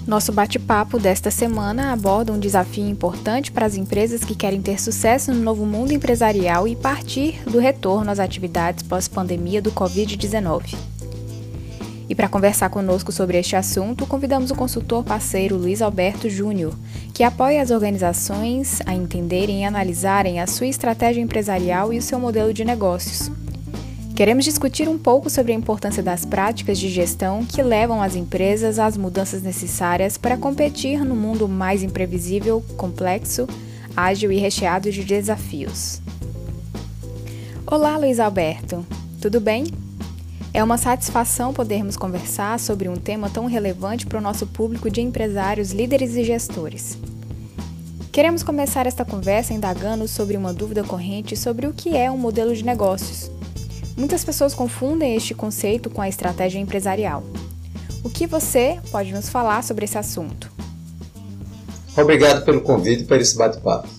Nosso bate-papo desta semana aborda um desafio importante para as empresas que querem ter sucesso no novo mundo empresarial e partir do retorno às atividades pós-pandemia do Covid-19. E para conversar conosco sobre este assunto, convidamos o consultor parceiro Luiz Alberto Júnior, que apoia as organizações a entenderem e analisarem a sua estratégia empresarial e o seu modelo de negócios. Queremos discutir um pouco sobre a importância das práticas de gestão que levam as empresas às mudanças necessárias para competir no mundo mais imprevisível, complexo, ágil e recheado de desafios. Olá, Luiz Alberto, tudo bem? É uma satisfação podermos conversar sobre um tema tão relevante para o nosso público de empresários, líderes e gestores. Queremos começar esta conversa indagando sobre uma dúvida corrente sobre o que é um modelo de negócios. Muitas pessoas confundem este conceito com a estratégia empresarial. O que você pode nos falar sobre esse assunto? Obrigado pelo convite para esse bate-papo.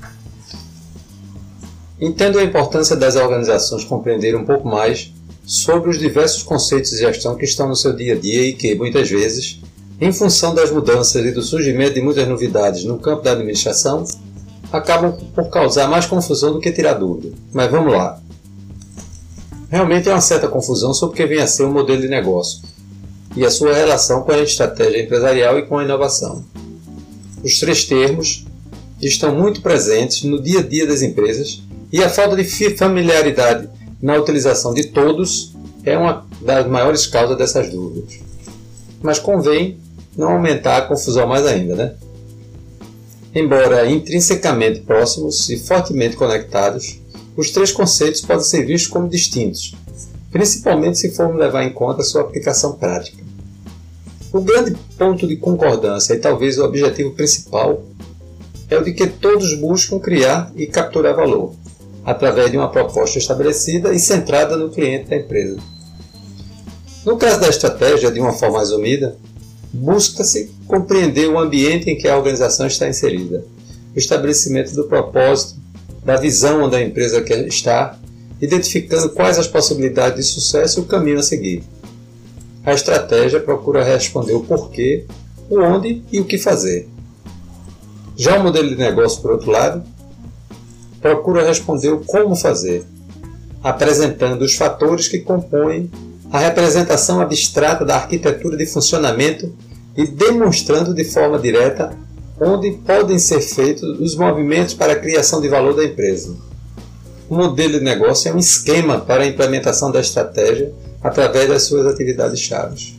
Entendo a importância das organizações compreenderem um pouco mais sobre os diversos conceitos de gestão que estão no seu dia a dia e que, muitas vezes, em função das mudanças e do surgimento de muitas novidades no campo da administração, acabam por causar mais confusão do que tirar dúvida. Mas vamos lá. Realmente há uma certa confusão sobre o que vem a ser um modelo de negócio e a sua relação com a estratégia empresarial e com a inovação. Os três termos estão muito presentes no dia a dia das empresas e a falta de familiaridade na utilização de todos é uma das maiores causas dessas dúvidas. Mas convém não aumentar a confusão mais ainda, né? Embora intrinsecamente próximos e fortemente conectados, os três conceitos podem ser vistos como distintos, principalmente se formos levar em conta a sua aplicação prática. O grande ponto de concordância e talvez o objetivo principal é o de que todos buscam criar e capturar valor, através de uma proposta estabelecida e centrada no cliente da empresa. No caso da estratégia, de uma forma resumida, busca-se compreender o ambiente em que a organização está inserida, o estabelecimento do propósito, da visão onde a empresa quer estar, identificando quais as possibilidades de sucesso e o caminho a seguir. A estratégia procura responder o porquê, o onde e o que fazer. Já o modelo de negócio, por outro lado, procura responder o como fazer, apresentando os fatores que compõem a representação abstrata da arquitetura de funcionamento e demonstrando de forma direta onde podem ser feitos os movimentos para a criação de valor da empresa. O modelo de negócio é um esquema para a implementação da estratégia através das suas atividades-chave.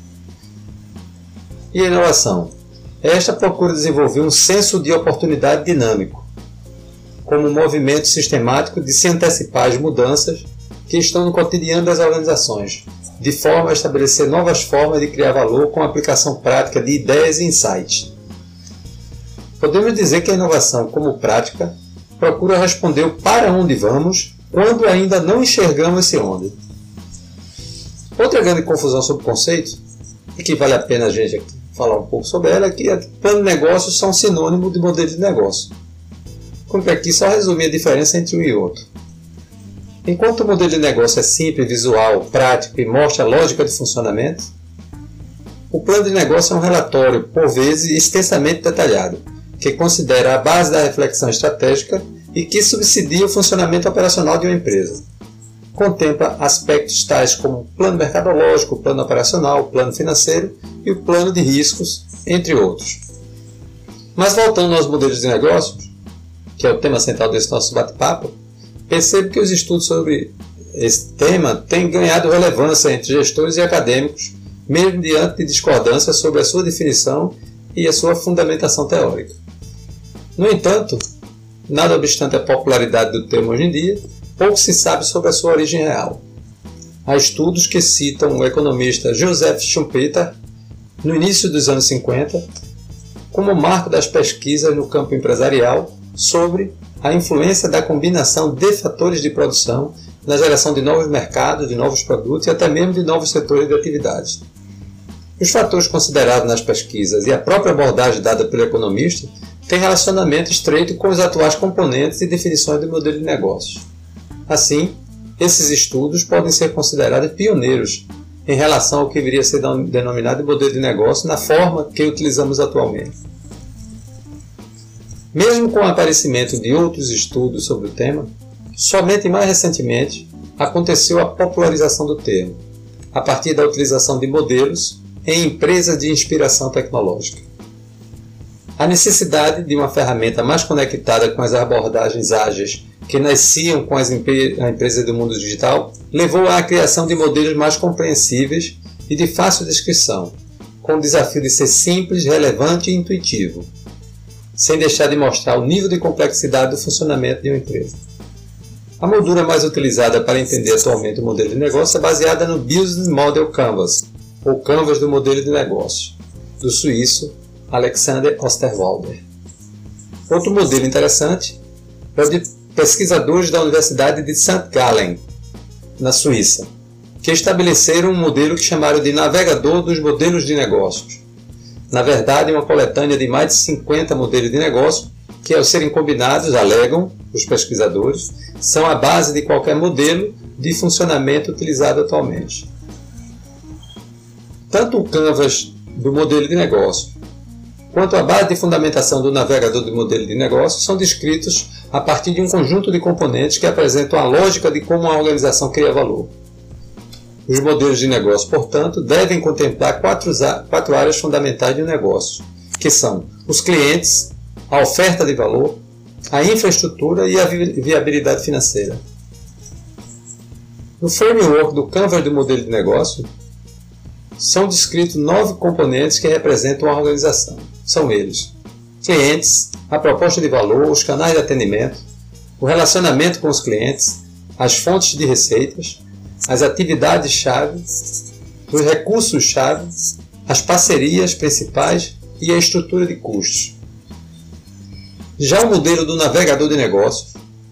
E a inovação? Esta procura desenvolver um senso de oportunidade dinâmico, como um movimento sistemático de se antecipar às mudanças que estão no cotidiano das organizações, de forma a estabelecer novas formas de criar valor com a aplicação prática de ideias e insights. Podemos dizer que a inovação, como prática, procura responder o para onde vamos quando ainda não enxergamos esse onde. Outra grande confusão sobre o conceito, e que vale a pena a gente falar um pouco sobre ela, é que plano de negócios são sinônimo de modelo de negócio. Como aqui só resumir a diferença entre um e outro. Enquanto o modelo de negócio é simples, visual, prático e mostra a lógica de funcionamento, o plano de negócio é um relatório, por vezes, extensamente detalhado, que considera a base da reflexão estratégica e que subsidia o funcionamento operacional de uma empresa. Contempla aspectos tais como o plano mercadológico, o plano operacional, o plano financeiro e o plano de riscos, entre outros. Mas voltando aos modelos de negócios, que é o tema central desse nosso bate-papo, percebo que os estudos sobre esse tema têm ganhado relevância entre gestores e acadêmicos, mesmo diante de discordâncias sobre a sua definição e a sua fundamentação teórica. No entanto, nada obstante a popularidade do termo hoje em dia, pouco se sabe sobre a sua origem real. Há estudos que citam o economista Joseph Schumpeter, no início dos anos 50, como marco das pesquisas no campo empresarial sobre a influência da combinação de fatores de produção na geração de novos mercados, de novos produtos e até mesmo de novos setores de atividades. Os fatores considerados nas pesquisas e a própria abordagem dada pelo economista têm relacionamento estreito com os atuais componentes e definições do modelo de negócios. Assim, esses estudos podem ser considerados pioneiros em relação ao que viria a ser denominado de modelo de negócio na forma que utilizamos atualmente. Mesmo com o aparecimento de outros estudos sobre o tema, somente mais recentemente aconteceu a popularização do termo, a partir da utilização de modelos em empresas de inspiração tecnológica. A necessidade de uma ferramenta mais conectada com as abordagens ágeis que nasciam com as empresas do mundo digital levou à criação de modelos mais compreensíveis e de fácil descrição, com o desafio de ser simples, relevante e intuitivo, sem deixar de mostrar o nível de complexidade do funcionamento de uma empresa. A moldura mais utilizada para entender atualmente o modelo de negócio é baseada no Business Model Canvas, ou Canvas do modelo de negócio, do suíço Alexander Osterwalder. Outro modelo interessante é o de pesquisadores da Universidade de St. Gallen, na Suíça, que estabeleceram um modelo que chamaram de navegador dos modelos de negócios. Na verdade, uma coletânea de mais de 50 modelos de negócio que, ao serem combinados, alegam os pesquisadores, são a base de qualquer modelo de funcionamento utilizado atualmente. Tanto o Canvas do modelo de negócio quanto a base de fundamentação do navegador de modelo de negócio são descritos a partir de um conjunto de componentes que apresentam a lógica de como uma organização cria valor. Os modelos de negócio, portanto, devem contemplar quatro áreas fundamentais de um negócio, que são os clientes, a oferta de valor, a infraestrutura e a viabilidade financeira. No framework do Canvas do modelo de negócio, são descritos 9 componentes que representam a organização. São eles: clientes, a proposta de valor, os canais de atendimento, o relacionamento com os clientes, as fontes de receitas, as atividades-chave, os recursos-chave, as parcerias principais e a estrutura de custos. Já o modelo do navegador de negócios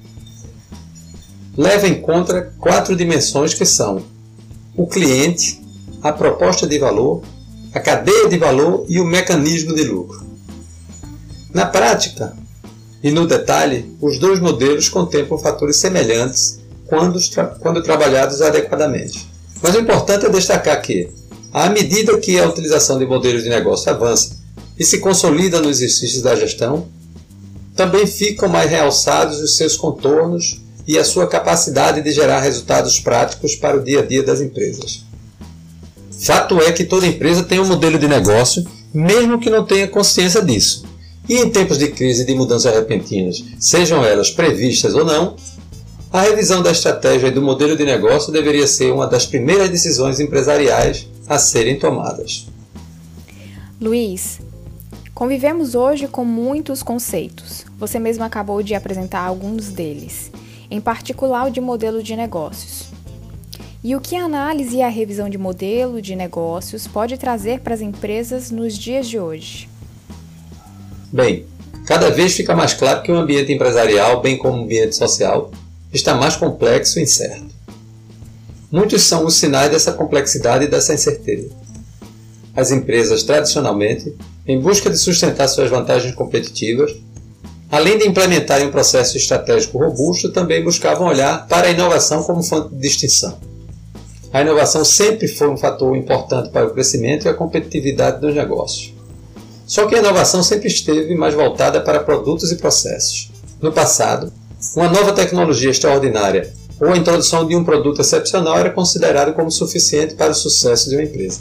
leva em conta 4 dimensões que são o cliente, a proposta de valor, a cadeia de valor e o mecanismo de lucro. Na prática e no detalhe, os dois modelos contemplam fatores semelhantes quando trabalhados adequadamente. Mas o importante é destacar que, à medida que a utilização de modelos de negócio avança e se consolida nos exercícios da gestão, também ficam mais realçados os seus contornos e a sua capacidade de gerar resultados práticos para o dia a dia das empresas. Fato é que toda empresa tem um modelo de negócio, mesmo que não tenha consciência disso. E em tempos de crise e de mudanças repentinas, sejam elas previstas ou não, a revisão da estratégia e do modelo de negócio deveria ser uma das primeiras decisões empresariais a serem tomadas. Luiz, convivemos hoje com muitos conceitos. Você mesmo acabou de apresentar alguns deles, em particular o de modelo de negócios. E o que a análise e a revisão de modelo de negócios pode trazer para as empresas nos dias de hoje? Bem, cada vez fica mais claro que o ambiente empresarial, bem como o ambiente social, está mais complexo e incerto. Muitos são os sinais dessa complexidade e dessa incerteza. As empresas, tradicionalmente, em busca de sustentar suas vantagens competitivas, além de implementarem um processo estratégico robusto, também buscavam olhar para a inovação como fonte de distinção. A inovação sempre foi um fator importante para o crescimento e a competitividade dos negócios. Só que a inovação sempre esteve mais voltada para produtos e processos. No passado, uma nova tecnologia extraordinária ou a introdução de um produto excepcional era considerado como suficiente para o sucesso de uma empresa.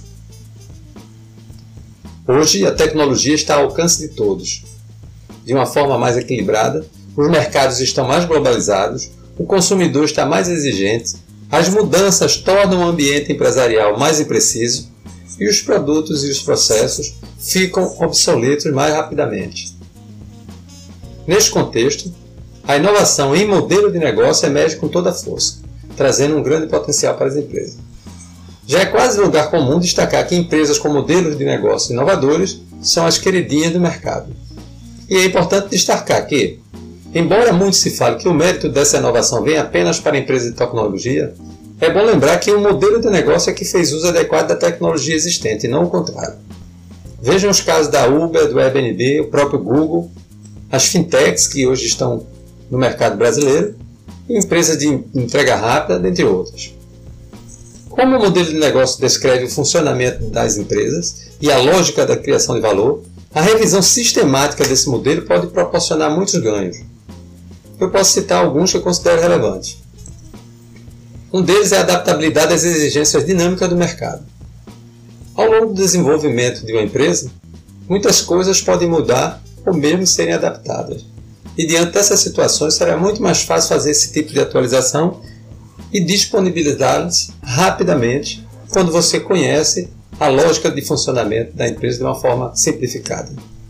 Hoje, a tecnologia está ao alcance de todos. De uma forma mais equilibrada, os mercados estão mais globalizados, o consumidor está mais exigente, as mudanças tornam o ambiente empresarial mais impreciso e os produtos e os processos ficam obsoletos mais rapidamente. Neste contexto, a inovação em modelo de negócio emerge com toda a força, trazendo um grande potencial para as empresas. Já é quase lugar comum destacar que empresas com modelos de negócio inovadores são as queridinhas do mercado. E é importante destacar que, embora muito se fale que o mérito dessa inovação vem apenas para a empresa de tecnologia, é bom lembrar que o modelo de negócio é que fez uso adequado da tecnologia existente, e não o contrário. Vejam os casos da Uber, do Airbnb, o próprio Google, as fintechs que hoje estão no mercado brasileiro, e empresas de entrega rápida, dentre outras. Como o modelo de negócio descreve o funcionamento das empresas e a lógica da criação de valor, a revisão sistemática desse modelo pode proporcionar muitos ganhos. Eu posso citar alguns que eu considero relevantes. Um deles é a adaptabilidade às exigências dinâmicas do mercado. Ao longo do desenvolvimento de uma empresa, muitas coisas podem mudar ou mesmo serem adaptadas. E diante dessas situações será muito mais fácil fazer esse tipo de atualização e disponibilizá-las rapidamente quando você conhece a lógica de funcionamento da empresa de uma forma simplificada.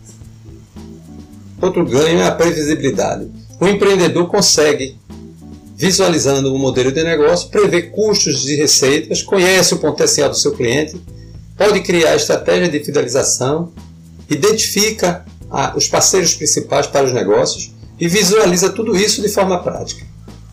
Outro ganho é a previsibilidade. O empreendedor consegue, visualizando um modelo de negócio, prever custos de receitas, conhece o potencial do seu cliente, pode criar estratégia de fidelização, identifica os parceiros principais para os negócios e visualiza tudo isso de forma prática.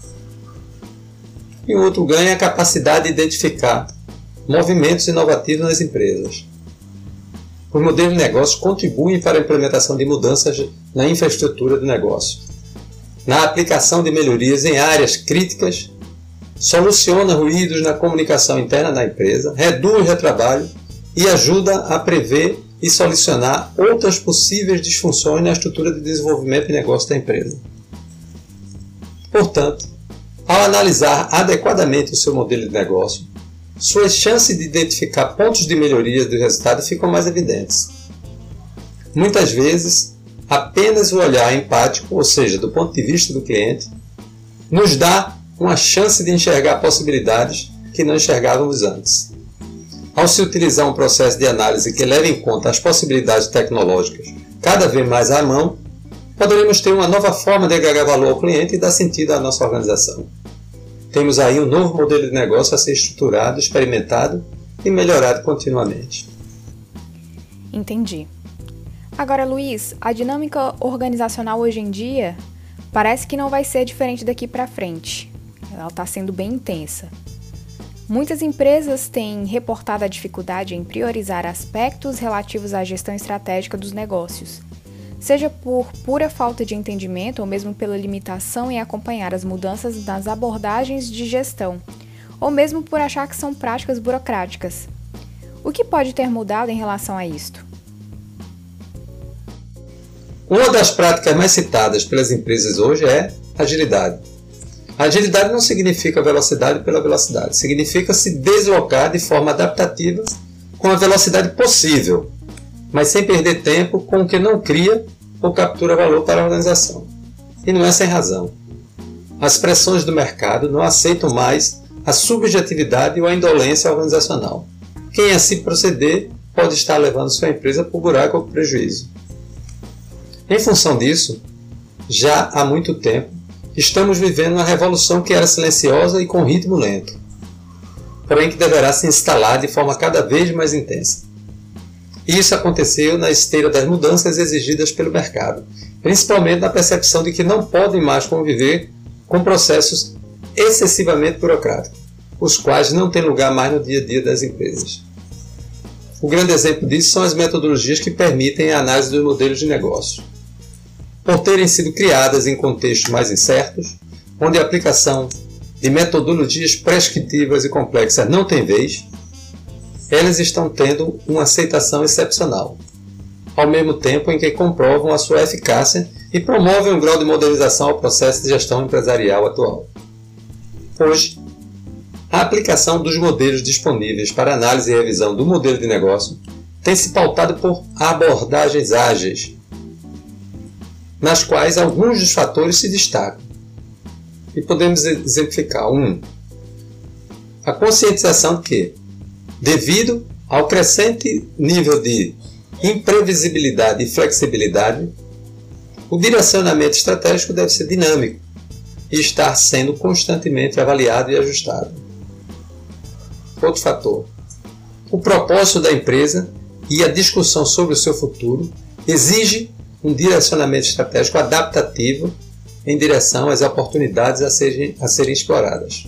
E o outro ganho é a capacidade de identificar movimentos inovativos nas empresas. Os modelos de negócio contribuem para a implementação de mudanças na infraestrutura do negócio, na aplicação de melhorias em áreas críticas, soluciona ruídos na comunicação interna da empresa, reduz retrabalho e ajuda a prever e solucionar outras possíveis disfunções na estrutura de desenvolvimento e negócio da empresa. Portanto, ao analisar adequadamente o seu modelo de negócio, suas chances de identificar pontos de melhoria do resultado ficam mais evidentes. Muitas vezes, apenas o olhar empático, ou seja, do ponto de vista do cliente, nos dá uma chance de enxergar possibilidades que não enxergávamos antes. Ao se utilizar um processo de análise que leve em conta as possibilidades tecnológicas cada vez mais à mão, poderemos ter uma nova forma de agregar valor ao cliente e dar sentido à nossa organização. Temos aí um novo modelo de negócio a ser estruturado, experimentado e melhorado continuamente. Entendi. Agora, Luiz, a dinâmica organizacional hoje em dia parece que não vai ser diferente daqui para frente. Ela está sendo bem intensa. Muitas empresas têm reportado a dificuldade em priorizar aspectos relativos à gestão estratégica dos negócios, seja por pura falta de entendimento ou mesmo pela limitação em acompanhar as mudanças nas abordagens de gestão, ou mesmo por achar que são práticas burocráticas. O que pode ter mudado em relação a isto? Uma das práticas mais citadas pelas empresas hoje é agilidade. A agilidade não significa velocidade pela velocidade, significa se deslocar de forma adaptativa com a velocidade possível, mas sem perder tempo com o que não cria ou captura valor para a organização. E não é sem razão. As pressões do mercado não aceitam mais a subjetividade ou a indolência organizacional. Quem assim proceder pode estar levando sua empresa para o buraco ou para o prejuízo. Em função disso, já há muito tempo, estamos vivendo uma revolução que era silenciosa e com ritmo lento, porém que deverá se instalar de forma cada vez mais intensa. Isso aconteceu na esteira das mudanças exigidas pelo mercado, principalmente na percepção de que não podem mais conviver com processos excessivamente burocráticos, os quais não têm lugar mais no dia a dia das empresas. O grande exemplo disso são as metodologias que permitem a análise dos modelos de negócio. Por terem sido criadas em contextos mais incertos, onde a aplicação de metodologias prescritivas e complexas não tem vez, elas estão tendo uma aceitação excepcional, ao mesmo tempo em que comprovam a sua eficácia e promovem um grau de modernização ao processo de gestão empresarial atual. Hoje, a aplicação dos modelos disponíveis para análise e revisão do modelo de negócio tem se pautado por abordagens ágeis, nas quais alguns dos fatores se destacam. E podemos exemplificar. 1. A conscientização de que, devido ao crescente nível de imprevisibilidade e flexibilidade, o direcionamento estratégico deve ser dinâmico e estar sendo constantemente avaliado e ajustado. Outro fator. O propósito da empresa e a discussão sobre o seu futuro exige um direcionamento estratégico adaptativo em direção às oportunidades a serem exploradas.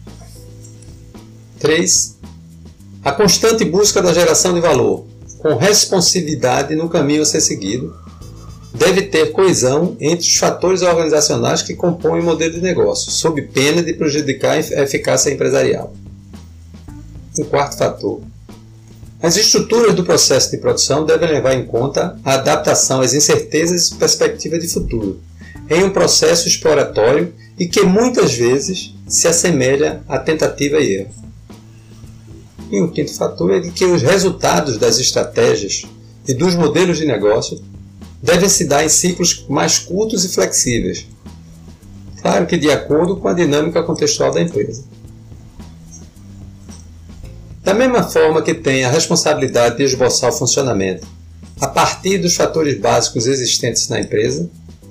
3. A constante busca da geração de valor, com responsividade no caminho a ser seguido, deve ter coesão entre os fatores organizacionais que compõem o modelo de negócio, sob pena de prejudicar a eficácia empresarial. Um quarto fator: as estruturas do processo de produção devem levar em conta a adaptação às incertezas e perspectivas de futuro, em um processo exploratório e que muitas vezes se assemelha à tentativa e erro. E um quinto fator é de que os resultados das estratégias e dos modelos de negócio devem se dar em ciclos mais curtos e flexíveis, claro que de acordo com a dinâmica contextual da empresa. Da mesma forma que tem a responsabilidade de esboçar o funcionamento a partir dos fatores básicos existentes na empresa,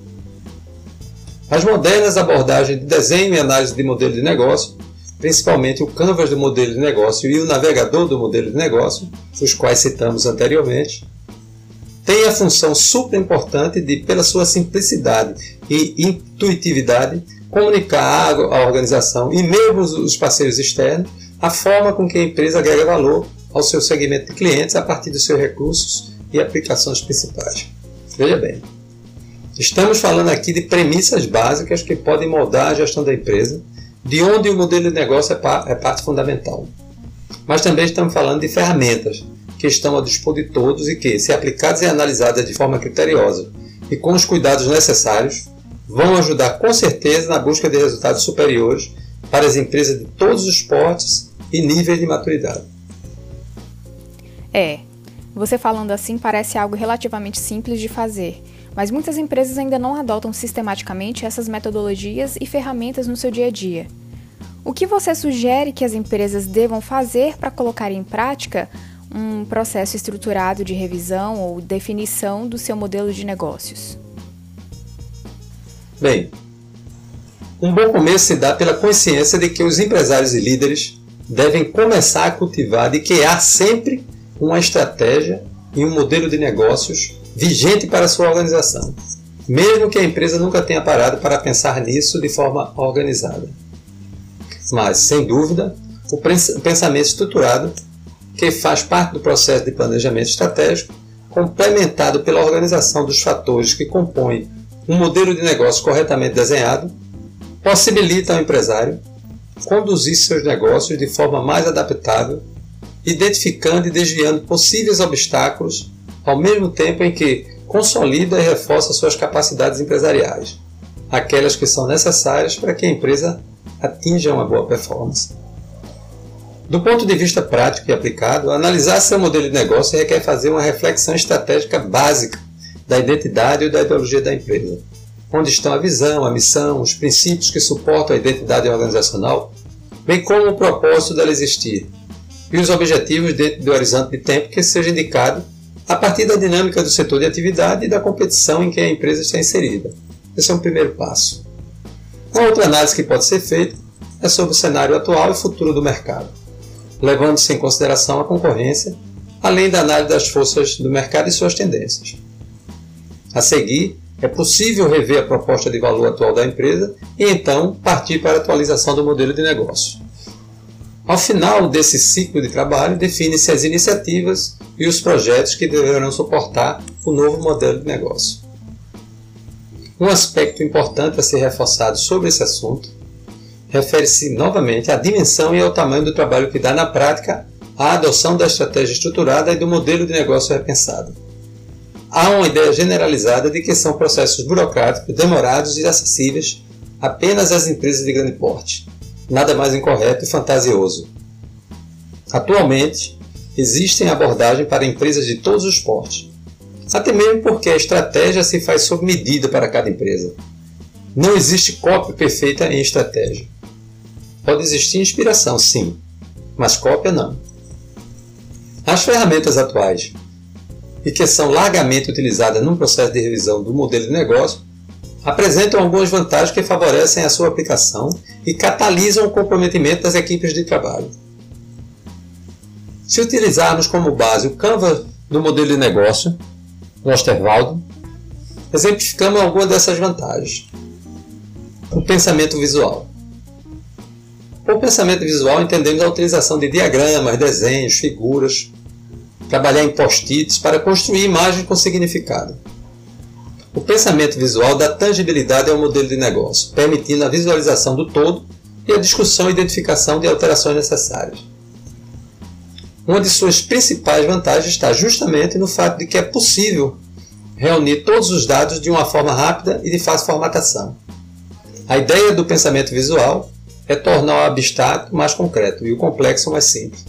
as modernas abordagens de desenho e análise de modelo de negócio, principalmente o canvas do modelo de negócio e o navegador do modelo de negócio, os quais citamos anteriormente, têm a função super importante de, pela sua simplicidade e intuitividade, comunicar à organização e mesmo os parceiros externos a forma com que a empresa agrega valor ao seu segmento de clientes a partir dos seus recursos e aplicações principais. Veja bem, estamos falando aqui de premissas básicas que podem moldar a gestão da empresa, de onde o modelo de negócio é parte fundamental. Mas também estamos falando de ferramentas que estão ao dispor de todos e que, se aplicadas e analisadas de forma criteriosa e com os cuidados necessários, vão ajudar com certeza na busca de resultados superiores para as empresas de todos os portes e níveis de maturidade. Você falando assim parece algo relativamente simples de fazer, mas muitas empresas ainda não adotam sistematicamente essas metodologias e ferramentas no seu dia a dia. O que você sugere que as empresas devam fazer para colocar em prática um processo estruturado de revisão ou definição do seu modelo de negócios? Bem, um bom começo se dá pela consciência de que os empresários e líderes devem começar a cultivar de que há sempre uma estratégia e um modelo de negócios vigente para a sua organização, mesmo que a empresa nunca tenha parado para pensar nisso de forma organizada. Mas, sem dúvida, o pensamento estruturado, que faz parte do processo de planejamento estratégico, complementado pela organização dos fatores que compõem um modelo de negócio corretamente desenhado, possibilita ao empresário conduzir seus negócios de forma mais adaptável, identificando e desviando possíveis obstáculos, ao mesmo tempo em que consolida e reforça suas capacidades empresariais, aquelas que são necessárias para que a empresa atinja uma boa performance. Do ponto de vista prático e aplicado, analisar seu modelo de negócio requer fazer uma reflexão estratégica básica da identidade e da ideologia da empresa, onde estão a visão, a missão, os princípios que suportam a identidade organizacional, bem como o propósito dela existir, e os objetivos dentro do horizonte de tempo que seja indicado a partir da dinâmica do setor de atividade e da competição em que a empresa está inserida. Esse é um primeiro passo. Uma outra análise que pode ser feita é sobre o cenário atual e futuro do mercado, levando-se em consideração a concorrência, além da análise das forças do mercado e suas tendências. A seguir, é possível rever a proposta de valor atual da empresa e então partir para a atualização do modelo de negócio. Ao final desse ciclo de trabalho, define-se as iniciativas e os projetos que deverão suportar o novo modelo de negócio. Um aspecto importante a ser reforçado sobre esse assunto refere-se novamente à dimensão e ao tamanho do trabalho que dá na prática a adoção da estratégia estruturada e do modelo de negócio repensado. Há uma ideia generalizada de que são processos burocráticos, demorados e acessíveis apenas às empresas de grande porte. Nada mais incorreto e fantasioso. Atualmente, existem abordagens para empresas de todos os portes, até mesmo porque a estratégia se faz sob medida para cada empresa. Não existe cópia perfeita em estratégia. Pode existir inspiração, sim, mas cópia não. As ferramentas atuais, e que são largamente utilizadas no processo de revisão do modelo de negócio, apresentam algumas vantagens que favorecem a sua aplicação e catalisam o comprometimento das equipes de trabalho. Se utilizarmos como base o Canva do modelo de negócio, do Osterwalder, exemplificamos algumas dessas vantagens. O pensamento visual. Por pensamento visual entendemos a utilização de diagramas, desenhos, figuras, trabalhar em post-its para construir imagens com significado. O pensamento visual dá tangibilidade ao modelo de negócio, permitindo a visualização do todo e a discussão e identificação de alterações necessárias. Uma de suas principais vantagens está justamente no fato de que é possível reunir todos os dados de uma forma rápida e de fácil formatação. A ideia do pensamento visual é tornar o abstrato mais concreto e o complexo mais simples.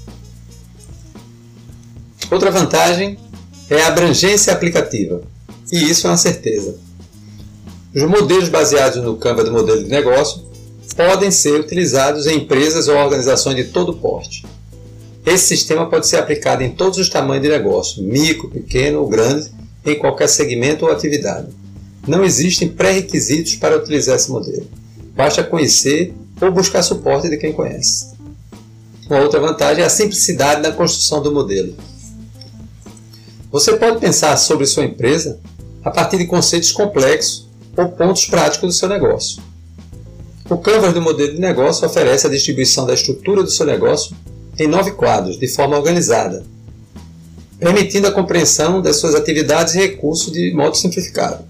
Outra vantagem é a abrangência aplicativa, e isso é uma certeza. Os modelos baseados no Canva do modelo de negócio podem ser utilizados em empresas ou organizações de todo porte. Esse sistema pode ser aplicado em todos os tamanhos de negócio, micro, pequeno ou grande, em qualquer segmento ou atividade. Não existem pré-requisitos para utilizar esse modelo. Basta conhecer ou buscar suporte de quem conhece. Uma outra vantagem é a simplicidade na construção do modelo. Você pode pensar sobre sua empresa a partir de conceitos complexos ou pontos práticos do seu negócio. O Canvas do modelo de negócio oferece a distribuição da estrutura do seu negócio em 9 quadros, de forma organizada, permitindo a compreensão das suas atividades e recursos de modo simplificado.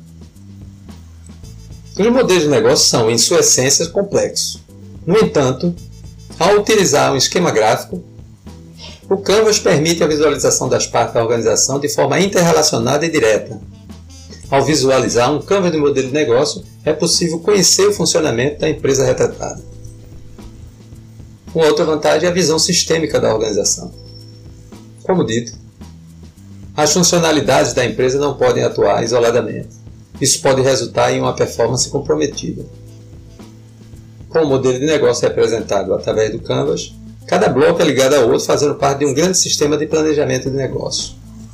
Os modelos de negócio são, em sua essência, complexos. No entanto, ao utilizar um esquema gráfico, o Canvas permite a visualização das partes da organização de forma interrelacionada e direta. Ao visualizar um Canvas de modelo de negócio, é possível conhecer o funcionamento da empresa retratada. Uma outra vantagem é a visão sistêmica da organização. Como dito, as funcionalidades da empresa não podem atuar isoladamente. Isso pode resultar em uma performance comprometida. Com o modelo de negócio representado através do Canvas, cada bloco é ligado ao outro, fazendo parte de um grande sistema de planejamento de negócio.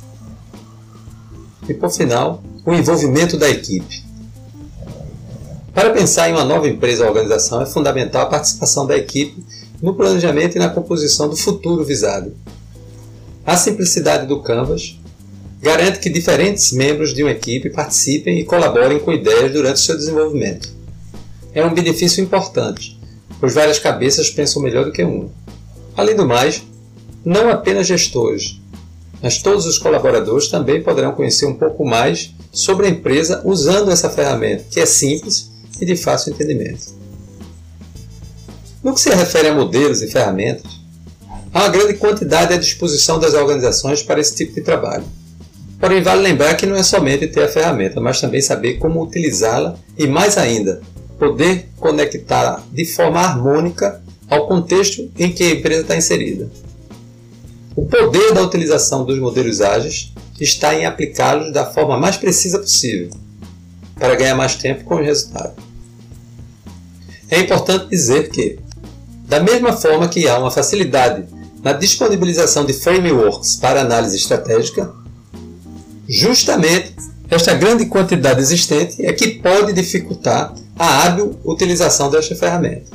E por final, o envolvimento da equipe. Para pensar em uma nova empresa ou organização, é fundamental a participação da equipe no planejamento e na composição do futuro visado. A simplicidade do Canvas garante que diferentes membros de uma equipe participem e colaborem com ideias durante o seu desenvolvimento. É um benefício importante, pois várias cabeças pensam melhor do que uma. Além do mais, não apenas gestores, mas todos os colaboradores também poderão conhecer um pouco mais sobre a empresa usando essa ferramenta, que é simples e de fácil entendimento. No que se refere a modelos e ferramentas, há uma grande quantidade à disposição das organizações para esse tipo de trabalho. Porém, vale lembrar que não é somente ter a ferramenta, mas também saber como utilizá-la e, mais ainda, poder conectá-la de forma harmônica ao contexto em que a empresa está inserida. O poder da utilização dos modelos ágeis está em aplicá-los da forma mais precisa possível, para ganhar mais tempo com o resultado. É importante dizer que, da mesma forma que há uma facilidade na disponibilização de frameworks para análise estratégica, justamente esta grande quantidade existente é que pode dificultar a hábil utilização desta ferramenta.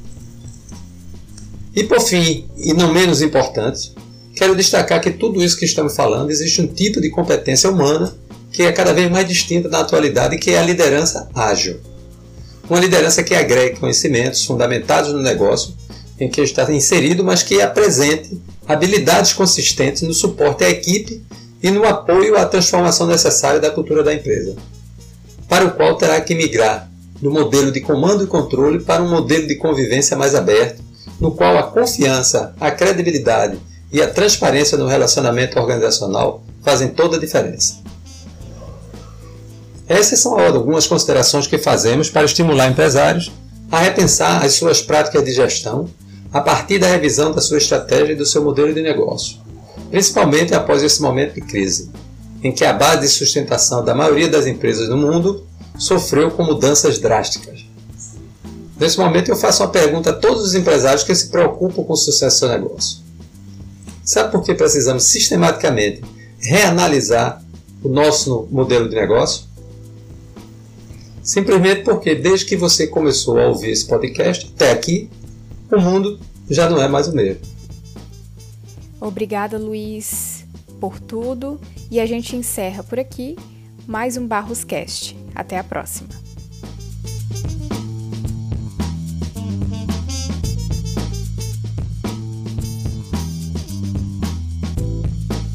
E por fim, e não menos importante, quero destacar que tudo isso que estamos falando existe um tipo de competência humana que é cada vez mais distinta na atualidade, que é a liderança ágil. Uma liderança que agregue conhecimentos fundamentados no negócio em que está inserido, mas que apresente habilidades consistentes no suporte à equipe e no apoio à transformação necessária da cultura da empresa, para o qual terá que migrar do modelo de comando e controle para um modelo de convivência mais aberto, no qual a confiança, a credibilidade e a transparência no relacionamento organizacional fazem toda a diferença. Essas são algumas considerações que fazemos para estimular empresários a repensar as suas práticas de gestão a partir da revisão da sua estratégia e do seu modelo de negócio, principalmente após esse momento de crise, em que a base de sustentação da maioria das empresas no mundo sofreu com mudanças drásticas. Nesse momento eu faço uma pergunta a todos os empresários que se preocupam com o sucesso do seu negócio. Sabe por que precisamos sistematicamente reanalisar o nosso modelo de negócio? Simplesmente porque desde que você começou a ouvir esse podcast até aqui, o mundo já não é mais o mesmo. Obrigada, Luiz, por tudo, e a gente encerra por aqui mais um Barros Cast. Até a próxima.